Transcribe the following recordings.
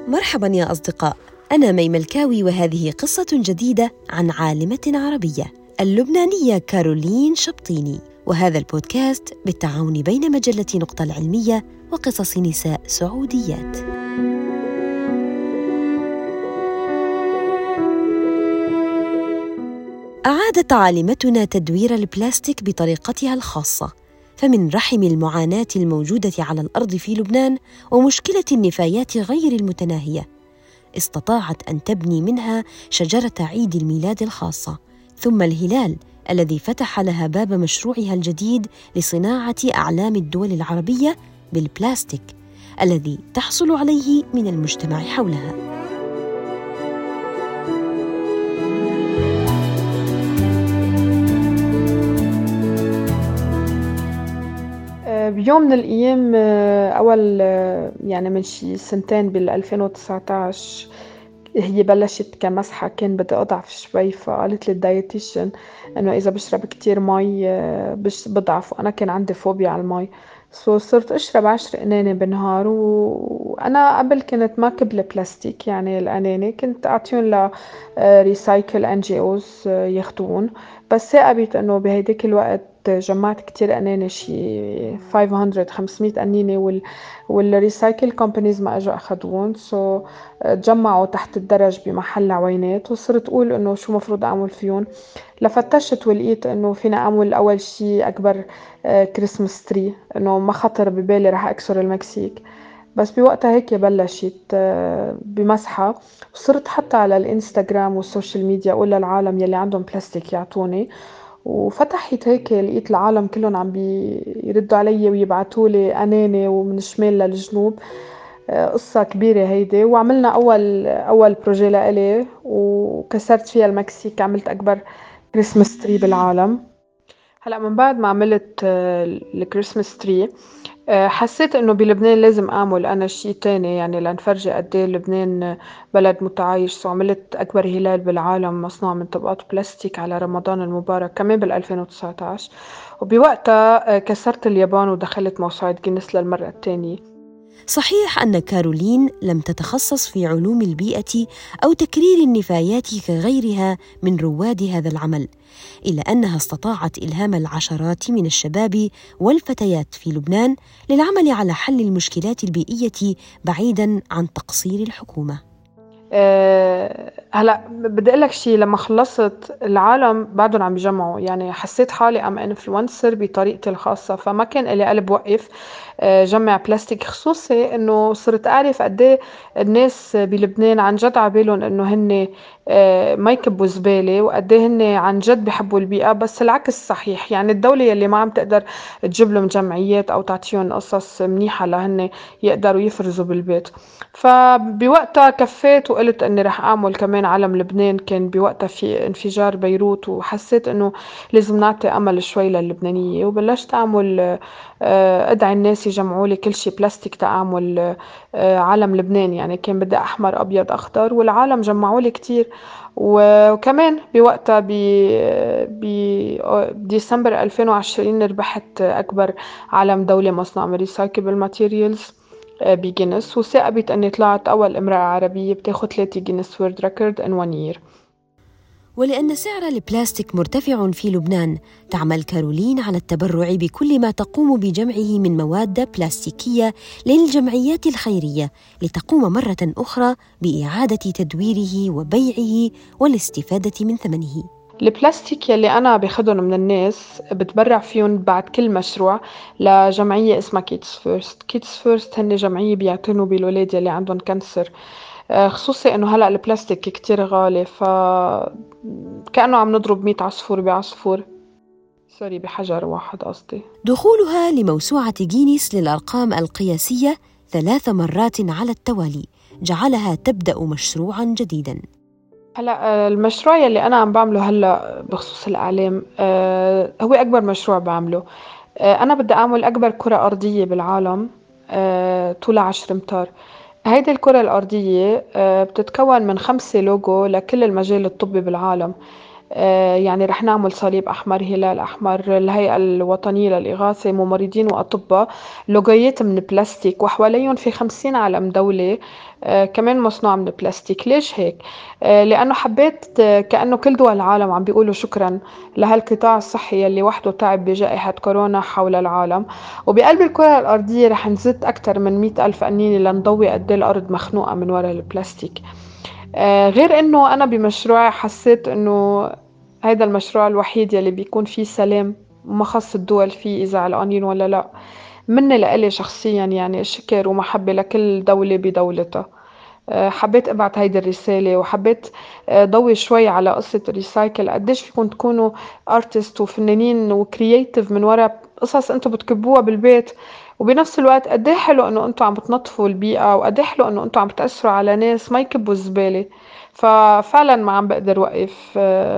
مرحباً يا أصدقاء، أنا مي ملكاوي وهذه قصة جديدة عن عالمة عربية اللبنانية كارولين شبطيني، وهذا البودكاست بالتعاون بين مجلة نقطة العلمية وقصص نساء سعوديات. أعادت عالمتنا تدوير البلاستيك بطريقتها الخاصة، فمن رحم المعاناة الموجودة على الأرض في لبنان ومشكلة النفايات غير المتناهية، استطاعت أن تبني منها شجرة عيد الميلاد الخاصة، ثم الهلال الذي فتح لها باب مشروعها الجديد لصناعة أعلام الدول العربية بالبلاستيك الذي تحصل عليه من المجتمع حولها. بيوم من الأيام أول يعني من شي سنتين بال2019 هي بلشت كمسحة، كان بدي أضعف شوي، فقالت لي الدايتيشن إنه إذا بشرب كتير مي بضعف، وأنا كان عندي فوبيا على المي. صرت أشرب 10 قنانة بالنهار، وأنا قبل كنت ما قبل بلاستيك، يعني القنانة كنت أعطيهم ل ريسايكل NGOs ياخدون، بس ثاقبت إنه بهيديك الوقت جمعت كتير قنانة، شي 500 قنينة، والريسايكل كومبانيز ما اجوا اخدون، تجمعوا تحت الدرج بمحل عوينات، وصرت اقول انه شو مفروض اعمل فيهم. لفتشت ولقيت انه فينا اعمل اول شي اكبر كريسمس تري، انه ما خطر ببالي رح اكسر المكسيك. بس بوقتها هيك بلشت بمسحة، وصرت حتى على الانستغرام والسوشيال ميديا اقول للعالم يلي عندهم بلاستيك يعطوني، وفتحت هيك لقيت العالم كلهم عم بيردوا علي ويبعتوا لي قنانة ومن الشمال للجنوب. قصة كبيرة هيدي، وعملنا أول بروجي لإلي، وكسرت فيها المكسيك، عملت أكبر كريسمس تري بالعالم. هلأ من بعد ما عملت الكريسمس تري، حسيت انه بلبنان لازم اعمل انا شيء تاني، يعني لنفرجي قد ايه لبنان بلد متعايش. وعملت اكبر هلال بالعالم مصنوع من طبقات بلاستيك على رمضان المبارك كمان بال2019، وبوقتها كسرت اليابان ودخلت موسوعة جينيس للمرة الثانية. صحيح أن كارولين لم تتخصص في علوم البيئة أو تكرير النفايات كغيرها من رواد هذا العمل، إلا أنها استطاعت إلهام العشرات من الشباب والفتيات في لبنان للعمل على حل المشكلات البيئية بعيداً عن تقصير الحكومة. هلا بدي اقول لك شيء، لما خلصت العالم بعدهم عم يجمعوا، يعني حسيت حالي ام انفلونسر بطريقتي الخاصه، فما كان لي قلب وقف جمع بلاستيك، خصوصي انه صرت اعرف قد ايه الناس بلبنان عن جد عبالهم انه هن ما يكبوا زباله، وقد ايه هن عن جد بيحبوا البيئه. بس العكس صحيح، يعني الدوله يلي ما عم تقدر تجيب لهم جمعيات او تعطيهم قصص منيحه لهن يقدروا يفرزوا بالبيت. فبوقتها كفيت وقلت اني رح اعمل كمان علم لبنان، كان بوقتها في انفجار بيروت، وحسيت انه لازم نعطي امل شوي للبنانية، وبلشت اعمل ادعي الناس يجمعوا لي كل شيء بلاستيك تعمل علم لبنان. يعني كان بدي احمر ابيض اخضر، والعالم جمعوا لي كتير. وكمان بوقتها بديسمبر 2020 ربحت اكبر علم دولي مصنع من ريسايكل ماتيريالز بجينيس، وثاقبت أني طلعت أول امرأة عربية بتاخد 3 جينيس وورد ريكورد in 1 year. ولأن سعر البلاستيك مرتفع في لبنان، تعمل كارولين على التبرع بكل ما تقوم بجمعه من مواد بلاستيكية للجمعيات الخيرية، لتقوم مرة أخرى بإعادة تدويره وبيعه والاستفادة من ثمنه. البلاستيك يلي أنا باخدهم من الناس بتبرع فيهم بعد كل مشروع لجمعية اسمها كيدز فيرست. كيدز فيرست هن جمعية بيعتنوا بالولاد يلي عندهم كانسر، خصوصي انه هلأ البلاستيك كتير غالي، كأنه عم نضرب 100 عصفور بعصفور، سوري بحجر واحد قصدي. دخولها لموسوعة جينيس للأرقام القياسية 3 مرات على التوالي جعلها تبدأ مشروعاً جديداً. هلا المشروع يلي انا عم بعمله هلا بخصوص الاعلام هو اكبر مشروع بعمله. انا بدي اعمل اكبر كرة ارضية بالعالم طولها 10 امتار. هيدي الكرة الارضية بتتكون من 5 لوجو لكل المجال الطبي بالعالم. يعني رح نعمل صليب أحمر، هلال أحمر، الهيئة الوطنية للإغاثة، ممرضين وأطباء، لوجويات من بلاستيك وحواليهم في 50 علم دولة كمان مصنوع من بلاستيك. ليش هيك؟ لأنه حبيت كأنه كل دول العالم عم بيقولوا شكرا لهالقطاع الصحي اللي وحده تعب بجائحة كورونا حول العالم. وبقلب الكرة الأرضية رح نزت أكثر من 100,000 قنينة لنضوي قد الأرض مخنوقة من وراء البلاستيك. غير انه انا بمشروعي حسيت انه هيدا المشروع الوحيد يلي بيكون فيه سلام، وما خص الدول فيه اذا علقانين ولا لا. مني لإلي شخصيا يعني شكر ومحبة لكل دولة بدولتها. حبيت ابعت هيدي الرسالة، وحبيت ضوي شوي على قصة الريسايكل، قديش فيكم تكونوا ارتست وفنانين وكرييتيف من وراء قصص انتم بتكبوها بالبيت، وبنفس الوقت قد ايه حلو انه انتم عم بتنظفوا البيئة، وقد ايه حلو انه انتم عم بتأثروا على ناس ما يكبوا الزبالة. ففعلا ما عم بقدر وقف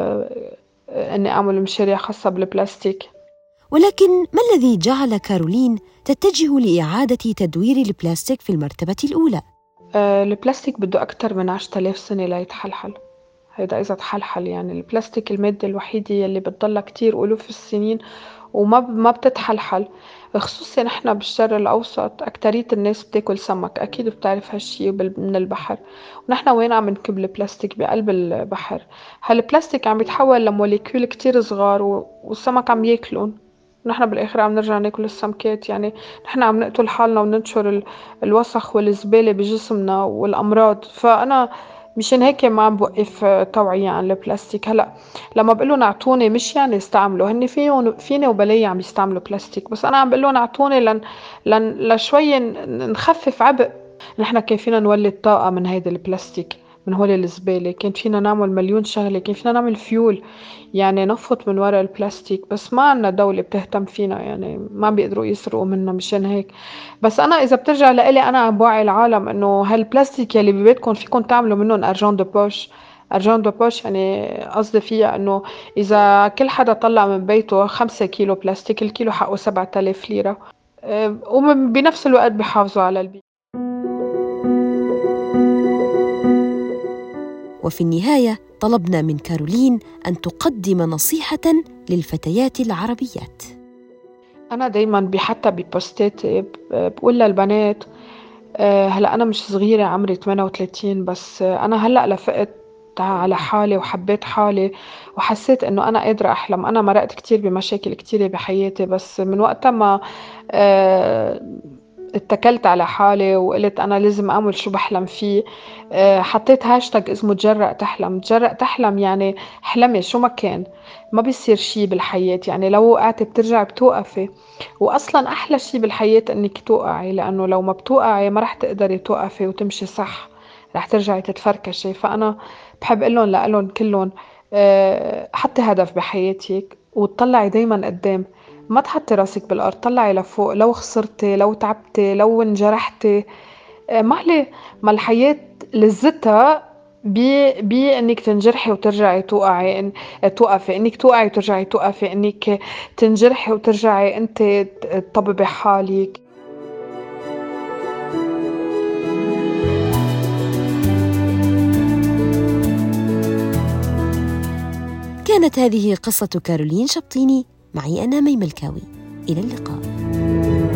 اني اعمل مشاريع خاصة بالبلاستيك. ولكن ما الذي جعل كارولين تتجه لإعادة تدوير البلاستيك في المرتبة الأولى؟ البلاستيك بده أكتر من 10,000 سنة ليتحلحل. هيدا إذا تحلحل، يعني البلاستيك المادة الوحيدة يلي بتضلها كتير ألوف السنين وما بتتحلحل. خصوصا نحن بالشرق الأوسط أكترية الناس بتاكل سمك، أكيد بتعرف هالشي من البحر، ونحن وين عم نكب البلاستيك؟ بقلب البحر. هالبلاستيك عم يتحول لموليكيول كتير صغار والسمك عم ياكلون، نحن بالآخر عم نرجع ناكل السمكات. يعني نحن عم نقتل حالنا وننشر الوسخ والزبالة بجسمنا والأمراض. فأنا مشان هيك ما عم بوقف توعية عن البلاستيك. هلأ لما بقول لهم اعطوني، مش يعني استعملوا، هن فيني وبلي عم يستعملوا بلاستيك، بس انا عم بقول لهم اعطوني لشوي نخفف عبء. نحن كان فينا نولد طاقة من هيدا البلاستيك، من هول الزبالة، كان فينا نعمل مليون شغلة، كان فينا نعمل فيول، يعني نفط من وراء البلاستيك. بس ما عنا دولة بتهتم فينا، يعني ما بيقدروا يسرقوا منا مشان هيك. بس أنا إذا بترجع لإلي، أنا عم بوعي العالم إنه هالبلاستيك يلي ببيتكم فيكم تعملوا منهم أرجون دو بوش. أرجون دو بوش يعني قصدي فيها إنه إذا كل حدا طلع من بيته 5 كيلو بلاستيك، الكيلو حقه 7,000 ليرة. وبنفس الوقت بيحافظوا على البيئة. وفي النهاية طلبنا من كارولين أن تقدم نصيحة للفتيات العربيات. أنا دايما حتى ببوستاتي بقول للبنات، هلأ أنا مش صغيرة، عمري 38، بس أنا هلأ لفقت على حالي وحبيت حالي وحسيت إنه أنا قادرة أحلم. أنا مرقت كتير بمشاكل كتيرة بحياتي، بس من وقتها ما آه، اتكلت على حالي وقلت أنا لازم أعمل شو بحلم فيه. حطيت هاشتاج اسمه تجرأ تحلم. تجرأ تحلم يعني حلمي شو ما كان، ما بيصير شي بالحياة، يعني لو وقعتي بترجعي بتوقفي. وأصلا أحلى شي بالحياة إنك توقعي، لأنه لو ما بتوقعي ما رح تقدري توقفي وتمشي صح، رح ترجعي تتفركشي. فأنا بحب قلن لألن كلن حطي هدف بحياتك وتطلعي دايما قدام، ما تحطي راسك بالأرض، طلعي لفوق. لو خسرتي، لو تعبتي، لو انجرحتي، ما عليه. ما الحياة لذتها انك تنجرحي وترجعي توقعي، توقفي، انك توقعي وترجعي توقفي، انك تنجرحي وترجعي انت تطببي حالك. كانت هذه قصة كارولين شبطيني، معي أنا مي ملكاوي. إلى اللقاء.